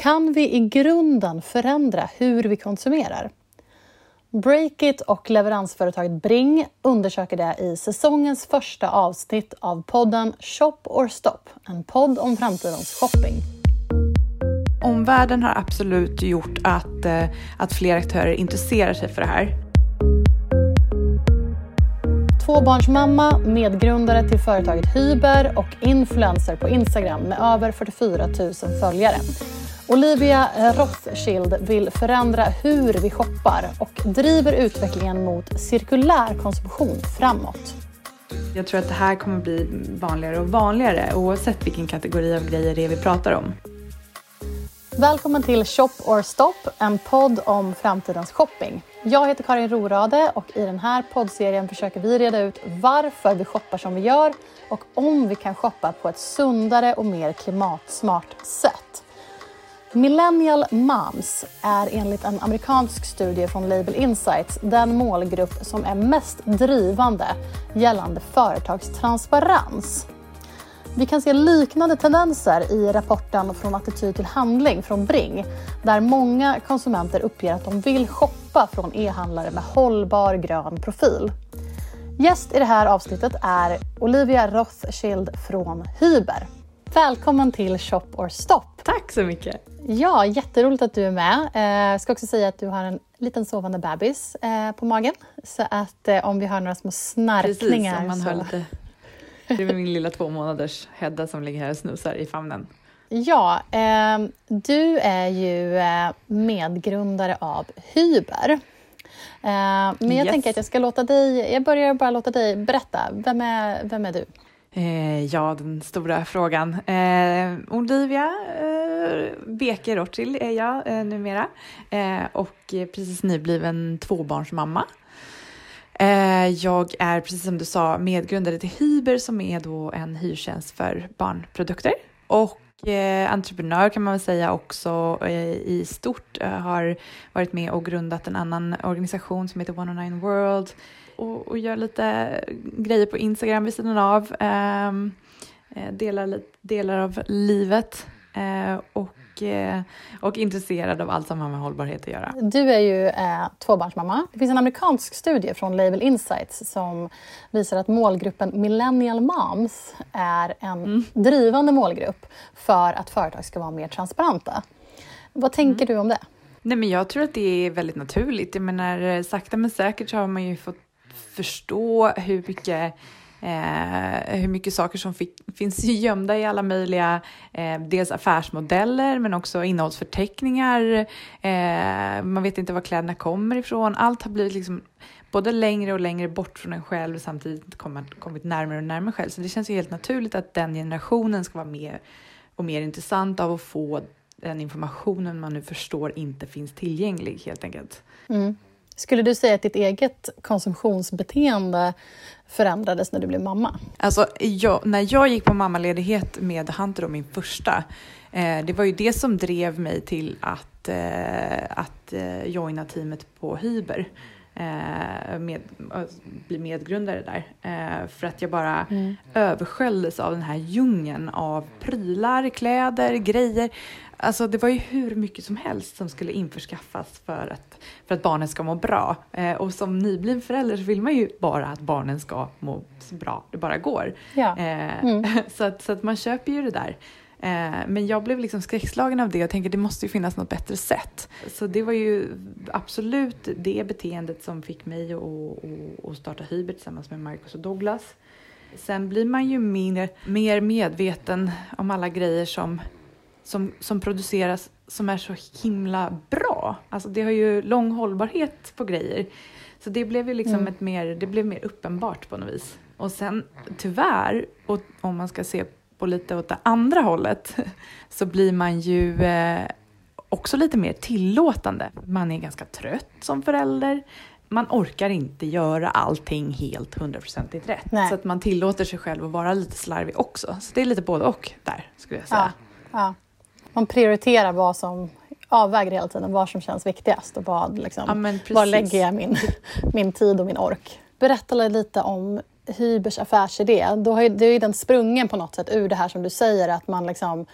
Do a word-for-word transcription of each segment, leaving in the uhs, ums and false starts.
Kan vi i grunden förändra hur vi konsumerar? Breakit och leveransföretaget Bring undersöker det i säsongens första avsnitt av podden Shop or Stop, en podd om framtidens shopping. Omvärlden har absolut gjort att, eh, att fler aktörer intresserar sig för det här. Tvåbarnsmamma, medgrundare till företaget Hyber och influencer på Instagram med över fyrtiofyra tusen följare. Olivia Rothschild vill förändra hur vi shoppar och driver utvecklingen mot cirkulär konsumtion framåt. Jag tror att det här kommer bli vanligare och vanligare oavsett vilken kategori av grejer det är vi pratar om. Välkommen till Shop or Stop, en podd om framtidens shopping. Jag heter Karin Rorade och i den här poddserien försöker vi reda ut varför vi shoppar som vi gör och om vi kan shoppa på ett sundare och mer klimatsmart sätt. Millennial Moms är enligt en amerikansk studie från Label Insights den målgrupp som är mest drivande gällande företagstransparens. Vi kan se liknande tendenser i rapporten från Attityd till handling från Bring, där många konsumenter uppger att de vill shoppa från e-handlare med hållbar grön profil. Gäst i det här avsnittet är Olivia Rothschild från Hyber. Välkommen till Shop or Stop. Tack så mycket. Ja, jätteroligt att du är med. Jag ska också säga att du har en liten sovande bebis på magen. Så att om vi har några små snarkningar. Precis, om man så... hör lite. Det är min lilla två månaders Hedda som ligger här och snusar i famnen. Ja, eh, du är ju eh, medgrundare av Hyber. Eh, men jag yes. tänker att jag ska låta dig, jag börjar bara låta dig berätta. Vem är, vem är du? Eh, ja, den stora frågan. Eh, Olivia eh, Beke Rothschild är jag eh, numera. Eh, och precis nybliven tvåbarnsmamma. Jag är, precis som du sa, medgrundare till Hyber som är då en hyrtjänst för barnprodukter. Och eh, entreprenör kan man väl säga också eh, i stort. Eh, har varit med och grundat en annan organisation som heter one oh nine World. Och, och gör lite grejer på Instagram vid sidan av. Eh, delar, delar av livet. Eh, och och intresserad av allt som har med hållbarhet att göra. Du är ju eh, tvåbarnsmamma. Det finns en amerikansk studie från Label Insights som visar att målgruppen Millennial Moms är en mm. drivande målgrupp för att företag ska vara mer transparenta. Vad tänker mm. du om det? Nej, men jag tror att det är väldigt naturligt. Jag menar, sakta men säkert så har man ju fått förstå hur mycket Eh, hur mycket saker som fick, finns gömda i alla möjliga eh, dels affärsmodeller men också innehållsförteckningar. Eh, man vet inte var kläderna kommer ifrån. Allt har blivit liksom både längre och längre bort från en själv och samtidigt kommit, kommit närmare och närmare själv. Så det känns ju helt naturligt att den generationen ska vara mer och mer intressant av att få den informationen man nu förstår inte finns tillgänglig helt enkelt. Mm. Skulle du säga att ditt eget konsumtionsbeteende förändrades när du blev mamma? Alltså, jag, när jag gick på mammaledighet med Hunter och min första, eh, det var ju det som drev mig till att, eh, att eh, joina teamet på Hyber. Eh, med, bli medgrundare där. Eh, för att jag bara mm. översköljdes av den här djungeln av prylar, kläder, grejer. Alltså det var ju hur mycket som helst som skulle införskaffas för att, för att barnen ska må bra. Eh, och som nybliven förälder så vill man ju bara att barnen ska må så bra det bara går. Ja. Eh, mm. så, att, så att man köper ju det där. Eh, men jag blev liksom skräckslagen av det och tänkte att det måste ju finnas något bättre sätt. Så det var ju absolut det beteendet som fick mig att, att, att starta Hyber tillsammans med Marcus och Douglas. Sen blir man ju mer, mer medveten om alla grejer som, som, som produceras som är så himla bra. Alltså det har ju lång hållbarhet på grejer. Så det blev ju liksom mm. ett mer, det blev mer uppenbart på något vis. Och sen tyvärr, och om man ska se på lite åt det andra hållet, så blir man ju eh, också lite mer tillåtande. Man är ganska trött som förälder. Man orkar inte göra allting helt hundraprocentigt rätt. Nej. Så att man tillåter sig själv att vara lite slarvig också. Så det är lite både och där, skulle jag säga. Ja, ja. Man prioriterar vad som, avväger hela tiden vad som känns viktigast. Och vad, liksom, ja, var lägger jag min, min tid och min ork. Berätta lite om Hybers affärsidé. Då har ju, det är ju den sprungen på något sätt ur det här som du säger, att man liksom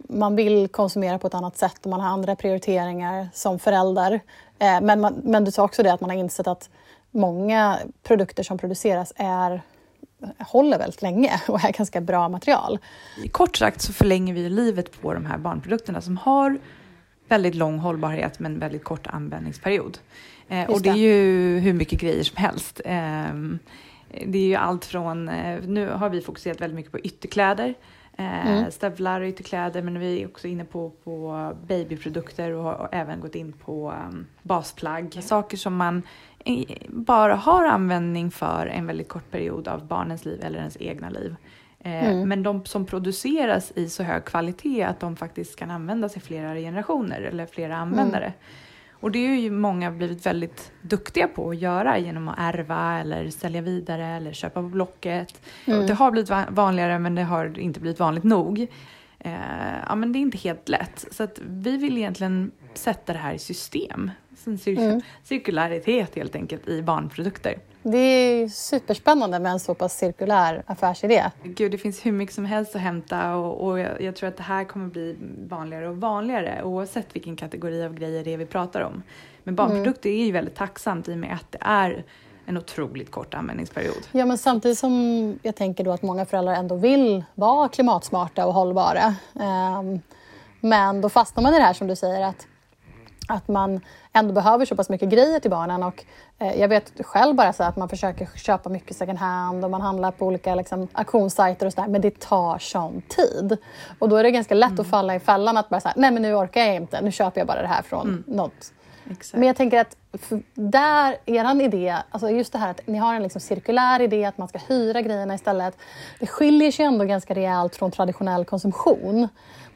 man vill konsumera på ett annat sätt och man har andra prioriteringar som förälder. Eh, men, man, men du sa också det att man har insett att många produkter som produceras är, håller väldigt länge och är ganska bra material. Kort sagt så förlänger vi livet på de här barnprodukterna som har väldigt lång hållbarhet men väldigt kort användningsperiod. Eh, och det är ju hur mycket grejer som helst. Eh, det är ju allt från, eh, nu har vi fokuserat väldigt mycket på ytterkläder. Eh, mm. Stövlar och ytterkläder, men vi är också inne på, på babyprodukter och har och även gått in på um, basplagg. Saker som man i, bara har användning för en väldigt kort period av barnens liv eller ens egna liv. Eh, mm. Men de som produceras i så hög kvalitet att de faktiskt kan användas i flera generationer eller flera användare. Mm. Och det är ju många blivit väldigt duktiga på att göra genom att ärva eller sälja vidare eller köpa på Blocket. Mm. Det har blivit vanligare men det har inte blivit vanligt nog. Eh, ja, men det är inte helt lätt. Så att vi vill egentligen sätta det här i system. En cir- mm. cirkularitet helt enkelt i barnprodukter. Det är superspännande med en så pass cirkulär affärsidé. Gud, det finns hur mycket som helst att hämta och, och jag, jag tror att det här kommer bli vanligare och vanligare oavsett vilken kategori av grejer det är vi pratar om. Men barnprodukter mm. är ju väldigt tacksamt i och med att det är en otroligt kort användningsperiod. Ja, men samtidigt som jag tänker då att många föräldrar ändå vill vara klimatsmarta och hållbara. Um, men då fastnar man i det här som du säger att Att man ändå behöver så pass mycket grejer till barnen. Och eh, jag vet själv bara så att man försöker köpa mycket second hand. Och man handlar på olika liksom, auktionssajter och sådär. Men det tar sån tid. Och då är det ganska lätt mm. att falla i fällan. Att bara säga, nej men nu orkar jag inte. Nu köper jag bara det här från mm. något. Exakt. Men jag tänker att där, eran idé, alltså just det här att ni har en liksom cirkulär idé. Att man ska hyra grejerna istället. Det skiljer sig ändå ganska rejält från traditionell konsumtion.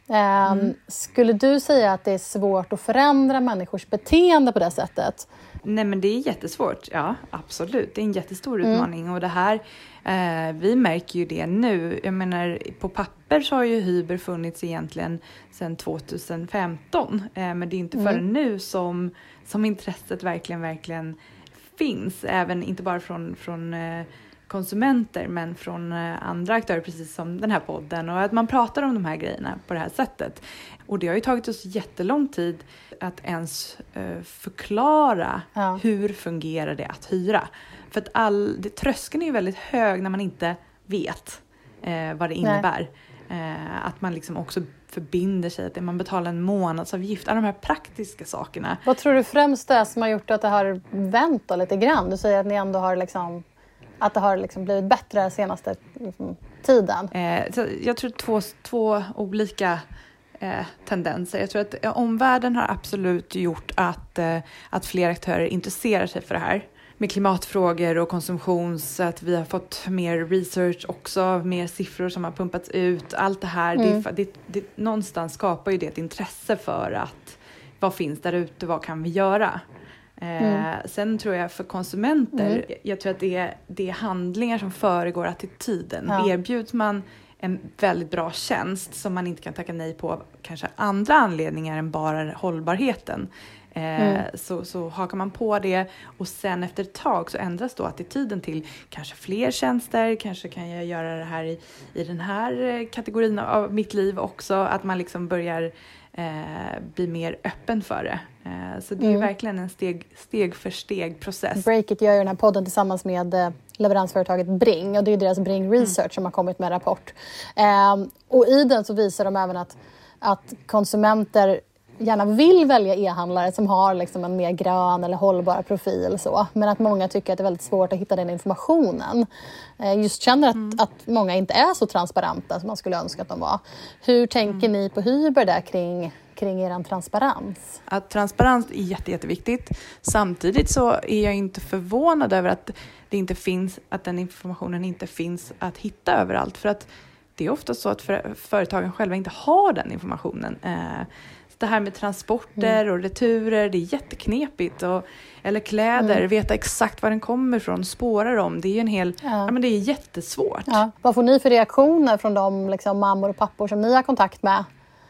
Mm. Um, skulle du säga att det är svårt att förändra människors beteende på det sättet? Nej, men det är jättesvårt. Ja, absolut. Det är en jättestor utmaning. Mm. Och det här, eh, vi märker ju det nu. Jag menar, på papper så har ju Hyber funnits egentligen sedan tjugohundrafemton. Eh, men det är inte förrän mm. nu som, som intresset verkligen, verkligen finns. Även inte bara från... från eh, konsumenter men från andra aktörer precis som den här podden och att man pratar om de här grejerna på det här sättet. Och det har ju tagit oss jättelång tid att ens uh, förklara ja. hur fungerar det att hyra. För att all, det, tröskeln är ju väldigt hög när man inte vet uh, vad det innebär. Uh, att man liksom också förbinder sig, att man betalar en månadsavgift, alla de här praktiska sakerna. Vad tror du främst är som har gjort att det har vänt då lite grann? Du säger att ni ändå har liksom Att det har liksom blivit bättre senaste liksom, tiden? Eh, så jag tror två, två olika eh, tendenser. Jag tror att eh, omvärlden har absolut gjort att, eh, att fler aktörer intresserar sig för det här. Med klimatfrågor och konsumtion, så att vi har fått mer research också, mer siffror som har pumpats ut. Allt det här, mm. det, det, det, någonstans skapar ju det ett intresse för att vad finns där ute, vad kan vi göra? Mm. Eh, sen tror jag för konsumenter, mm. jag tror att det är, det är handlingar som föregår attityden. Ja. Erbjuds man en väldigt bra tjänst som man inte kan tacka nej på av kanske andra anledningar än bara hållbarheten. Eh, mm. så, så hakar man på det och sen efter ett tag så ändras då attityden till kanske fler tjänster, kanske kan jag göra det här i, i den här kategorin av mitt liv också, att man liksom börjar eh, bli mer öppen för det. Eh, så det är mm. verkligen en steg, steg för steg process. Breakit gör ju den här podden tillsammans med eh, leveransföretaget Bring och det är deras Bring Research mm. som har kommit med en rapport. Eh, och i den så visar de även att, att konsumenter gärna vill välja e-handlare som har liksom en mer grön eller hållbar profil. Så. Men att många tycker att det är väldigt svårt att hitta den informationen. Eh, just känner att, mm. att många inte är så transparenta som man skulle önska att de var. Hur tänker mm. ni på Hyber där kring, kring er transparens? Att transparens är jätte, jätteviktigt. Samtidigt så är jag inte förvånad över att, det inte finns, att den informationen inte finns att hitta överallt. För att det är ofta så att för, företagen själva inte har den informationen. Eh, Det här med transporter mm. och returer, det är jätteknepigt. Och, eller kläder, mm. veta exakt var den kommer ifrån, spåra dem. Det är ju en hel, ja. Ja, men det är jättesvårt. Ja. Vad får ni för reaktioner från de liksom, mammor och pappor som ni har kontakt med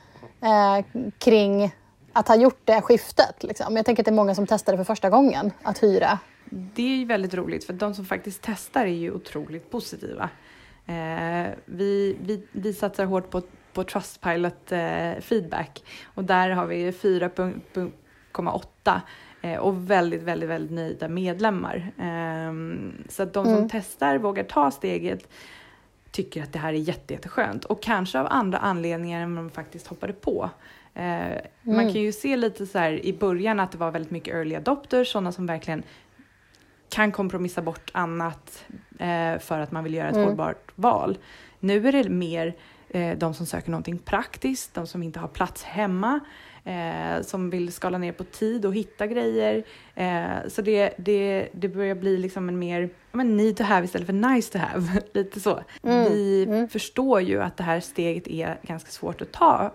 eh, kring att ha gjort det skiftet? Liksom? Jag tänker att det är många som testar det för första gången, att hyra. Det är ju väldigt roligt, för de som faktiskt testar är ju otroligt positiva. Eh, vi, vi, vi satsar hårt på på Trustpilot eh, feedback. Och där har vi fyra komma åtta eh, och väldigt, väldigt, väldigt nöjda medlemmar. Eh, så att de som mm. testar, vågar ta steget, tycker att det här är jätte, jätteskönt. Och kanske av andra anledningar än man faktiskt hoppade på. Eh, mm. Man kan ju se lite så här i början att det var väldigt mycket early adopters. Sådana som verkligen kan kompromissa bort annat eh, för att man vill göra ett mm. hållbart val. Nu är det mer eh, de som söker någonting praktiskt. De som inte har plats hemma. Eh, som vill skala ner på tid och hitta grejer. Eh, så det, det, det börjar bli liksom en mer men need to have istället för nice to have. Lite så. Mm. Vi mm. förstår ju att det här steget är ganska svårt att ta.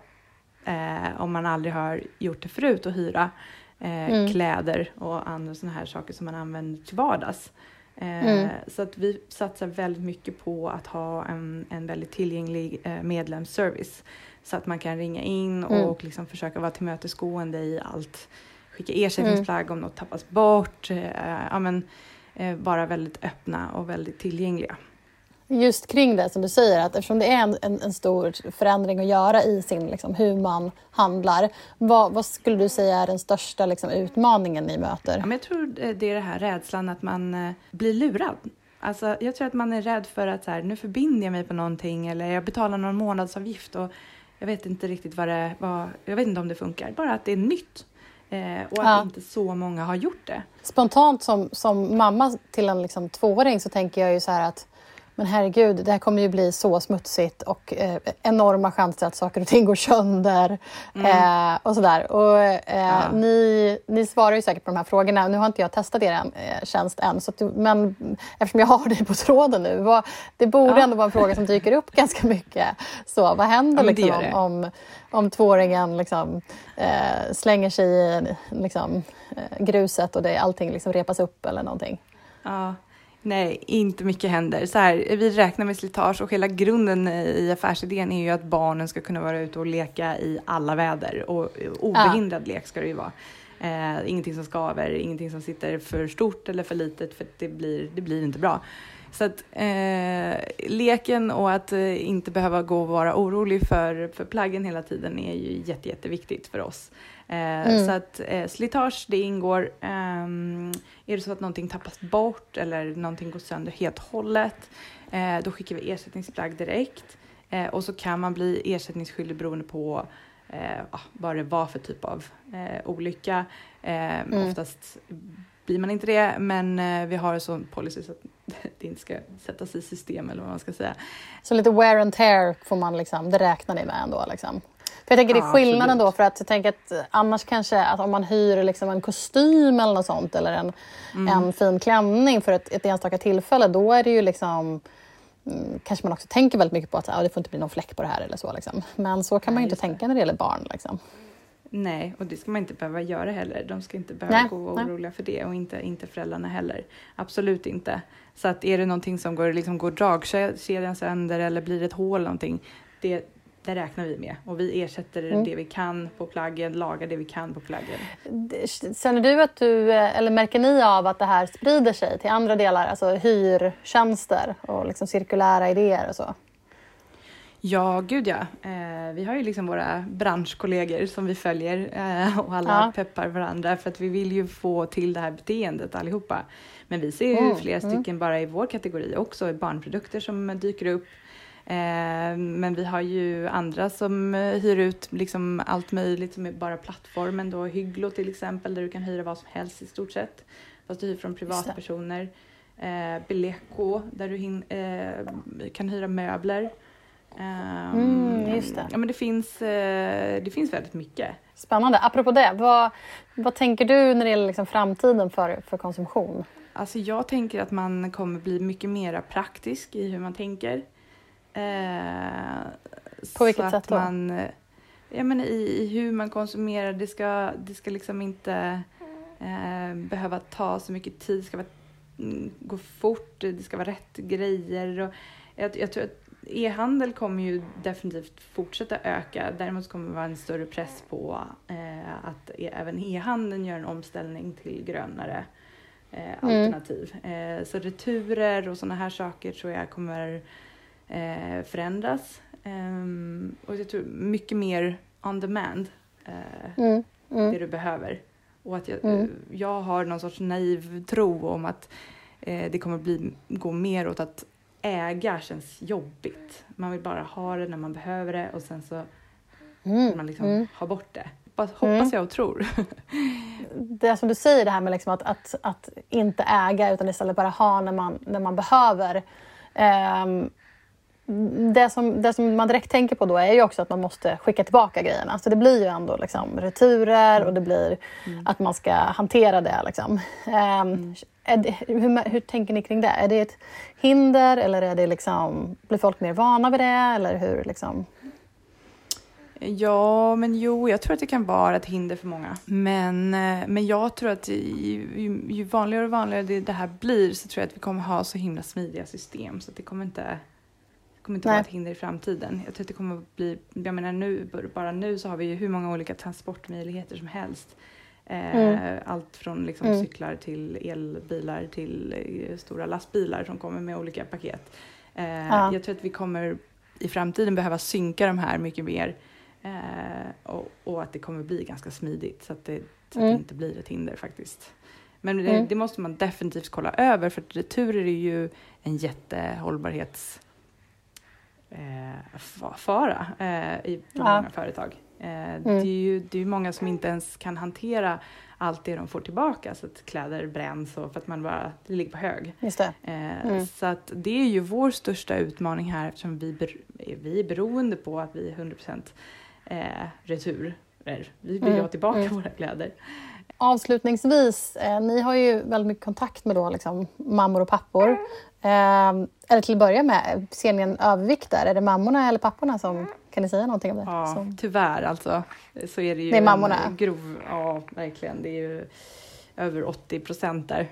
Eh, om man aldrig har gjort det förut och hyra eh, mm. kläder och andra såna här saker som man använder till vardags. Eh, mm. Så att vi satsar väldigt mycket på att ha en, en väldigt tillgänglig eh, medlemsservice. Så att man kan ringa in och mm. liksom försöka vara tillmötesgående i allt. Skicka ersättningsplagg mm. om något tappas bort. Eh, ja, men, eh, vara väldigt öppna och väldigt tillgängliga. Just kring det som du säger, att eftersom det är en, en, en stor förändring att göra i sin, liksom, hur man handlar. Vad, vad skulle du säga är den största liksom, utmaningen ni möter? Ja, men jag tror det är det här rädslan att man eh, blir lurad. Alltså, jag tror att man är rädd för att så här, nu förbinder jag mig på någonting eller jag betalar någon månadsavgift och jag vet inte riktigt vad det vad, jag vet inte om det funkar. Bara att det är nytt. Eh, och att ja. inte så många har gjort det. Spontant som, som mamma till en liksom, tvååring så tänker jag ju så här att men herregud, det här kommer ju bli så smutsigt och eh, enorma chanser att saker och ting går sönder mm. eh, och sådär. Och eh, ja. ni, ni svarar ju säkert på de här frågorna. Nu har inte jag testat er eh, tjänst än, så att, men eftersom jag har dig på tråden nu, vad, det borde ja. ändå vara en fråga som dyker upp ganska mycket. Så vad händer ja, liksom, om, om, om tvååringen liksom, eh, slänger sig i liksom, eh, gruset och det, allting liksom repas upp eller någonting? Ja. Nej, inte mycket händer. Så här, vi räknar med slitage och hela grunden i affärsidén är ju att barnen ska kunna vara ute och leka i alla väder. Och obehindrad ja. lek ska det ju vara. Eh, ingenting som skaver, ingenting som sitter för stort eller för litet för det blir, det blir inte bra. Så att eh, leken och att eh, inte behöva gå och vara orolig för, för plaggen hela tiden är ju jätte, jätteviktigt för oss. Eh, mm. Så att eh, slitage, det ingår. Eh, är det så att någonting tappas bort eller någonting går sönder helt hållet, eh, då skickar vi ersättningsplagg direkt. Eh, och så kan man bli ersättningsskyldig beroende på eh, vad det var för typ av eh, olycka. Eh, mm. Oftast blir man inte det, men eh, vi har en sån policy så att det inte ska sättas i system eller vad man ska säga. Så lite wear and tear får man liksom, det räknar ni med ändå liksom? För jag tänker det är skillnaden ja, då, för att jag tänker att annars kanske att om man hyr liksom en kostym eller något sånt eller en, mm. en fin klänning för ett, ett enstaka tillfälle, då är det ju liksom mm, kanske man också tänker väldigt mycket på att ah, det får inte bli någon fläck på det här eller så liksom. Men så kan man ju inte tänka när det gäller barn liksom. Nej, och det ska man inte behöva göra heller. De ska inte behöva nej, gå och vara oroliga för det och inte, inte föräldrarna heller. Absolut inte. Så att är det någonting som går, liksom, går dragkedjan sönder eller blir ett hål någonting, det Det räknar vi med. Och vi ersätter mm. det vi kan på plaggen, lagar det vi kan på plaggen. Känner du att du, eller märker ni av att det här sprider sig till andra delar? Alltså hyrtjänster och liksom cirkulära idéer och så? Ja, gud ja. Eh, vi har ju liksom våra branschkollegor som vi följer eh, och alla ja. peppar varandra för att vi vill ju få till det här beteendet allihopa. Men vi ser ju mm. flera stycken mm. bara i vår kategori också, i barnprodukter som dyker upp. Eh, men vi har ju andra som hyr ut liksom allt möjligt som är bara plattformen då, Hygglo till exempel, där du kan hyra vad som helst i stort sett, fast du hyr från privatpersoner. eh, Beleko där du hin- eh, kan hyra möbler. eh, mm, just det. Ja, men det finns, eh, det finns väldigt mycket. Spännande. Apropå det, vad, vad tänker du när det gäller liksom framtiden för, för konsumtion? Alltså jag tänker att man kommer bli mycket mer praktisk i hur man tänker. Eh, På vilket sätt då? Man, ja, men i, i hur man konsumerar. Det ska, det ska liksom inte eh, behöva ta så mycket tid. Det ska vara, mm, gå fort. Det ska vara rätt grejer. Och jag, jag tror att e-handel kommer ju definitivt fortsätta öka. Däremot kommer det vara en större press på eh, att e- även e-handeln gör en omställning till grönare eh, alternativ. Mm. Eh, så returer och såna här saker tror jag kommer eh, förändras. Um, och jag tror mycket mer on demand. Eh, mm. Mm. Det du behöver. Och att jag, Mm. jag har någon sorts naiv tro om att eh, det kommer bli, gå mer åt att äga känns jobbigt. Man vill bara ha det när man behöver det och sen så Mm. vill man liksom Mm. ha bort det. Hoppas Mm. jag och tror. Det som du säger, det här med liksom att, att, att inte äga utan istället bara ha när man, när man behöver. Um, det, som, det som man direkt tänker på då är ju också att man måste skicka tillbaka grejerna. Så det blir ju ändå liksom returer och det blir Mm. att man ska hantera det. Liksom. Um, Mm. är det, hur, hur tänker ni kring det? Är det ett hinder eller är det liksom, blir folk mer vana vid det? Eller hur liksom? Ja, men jo, jag tror att det kan vara ett hinder för många. Men, eh, men jag tror att ju, ju, ju vanligare och vanligare det, det här blir så tror jag att vi kommer ha så himla smidiga system så att det kommer inte, det kommer inte vara ett hinder i framtiden. Jag tror att det kommer att bli, jag menar nu, bara nu så har vi ju hur många olika transportmöjligheter som helst. Eh, Mm. Allt från liksom Mm. cyklar till elbilar till eh, stora lastbilar som kommer med olika paket. Eh, Ja. Jag tror att vi kommer i framtiden behöva synka de här mycket mer. Eh, och, och att det kommer bli ganska smidigt så att det, så att Mm. det inte blir ett hinder faktiskt. Men det, Mm. det måste man definitivt kolla över för att returer är ju en jättehållbarhets eh, fa- fara eh, i för Ja. många företag. Eh, Det är ju det är ju många som inte ens kan hantera allt det de får tillbaka så att kläder bränns och för att man bara, det ligger på hög. Just det. Eh, Mm. Så att det är ju vår största utmaning här eftersom vi, ber, vi är beroende på att vi är hundra procent eh, retur. Vi vill Mm. ha tillbaka Mm. våra kläder. Avslutningsvis, eh, ni har ju väldigt mycket kontakt med då, liksom, mammor och pappor. Eh, eller till att börja med, ser ni en övervikt där? Är det mammorna eller papporna som, kan ni säga någonting om det? Ja, Som, tyvärr alltså. Så är det ju Det är mammorna. en grov, ja verkligen. Det är ju över åttio procent där.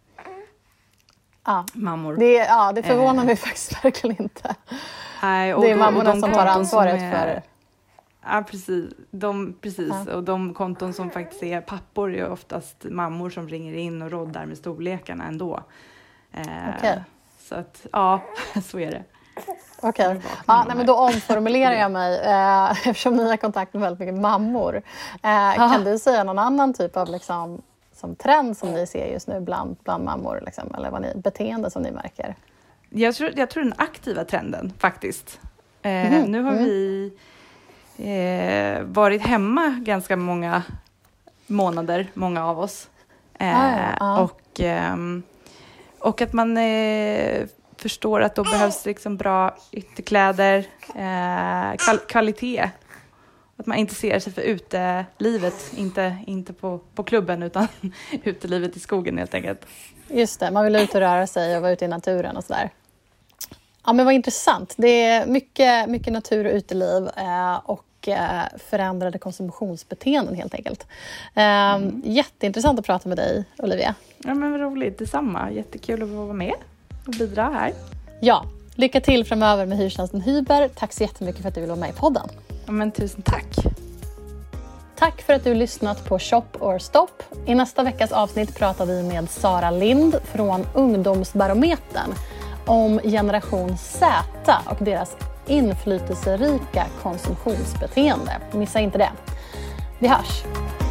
ja, Mammor. det, ja, det förvånar Eh. mig faktiskt verkligen inte. Nej, och Det är då- och mammorna de som tar konton ansvaret är- för... Ja, precis. De, precis. Ja. Och de konton som faktiskt är pappor är oftast mammor som ringer in och roddar med storlekarna ändå. Eh, Okej. Så att, ja, så är det. Okej, vaknar ja, man nej, men här. då omformulerar jag mig eh, eftersom ni har kontakt med väldigt mycket mammor. Eh, kan du säga någon annan typ av liksom, som trend som ni ser just nu bland, bland mammor? Liksom, eller vad ni, beteende som ni märker? Jag tror, jag tror den aktiva trenden faktiskt. Eh, Mhm, Nu har mm. vi eh, varit hemma ganska många månader, många av oss. Eh, Ah, ja, ja. Och, ehm, och att man eh, förstår att då behövs liksom bra ytterkläder, eh, kval- kvalitet. Att man intresserar sig för utelivet, inte, inte på, på klubben utan utelivet i skogen helt enkelt. Just det, man vill ut och röra sig och vara ute i naturen och sådär. Ja, men vad intressant. Det är mycket, mycket natur och uteliv eh, och eh, förändrade konsumtionsbeteenden helt enkelt. Eh, Mm. Jätteintressant att prata med dig, Olivia. Ja men vad roligt, detsamma. Jättekul att få vara med och bidra här. Ja, lycka till framöver med hyrtjänsten Hyber. Tack så jättemycket för att du vill vara med i podden. Ja men tusen tack. Tack för att du lyssnat på Shop or Stop. I nästa veckas avsnitt pratar vi med Sara Lind från Ungdomsbarometern om generation Z och deras inflytelserika konsumtionsbeteende. Missa inte det. Vi hörs!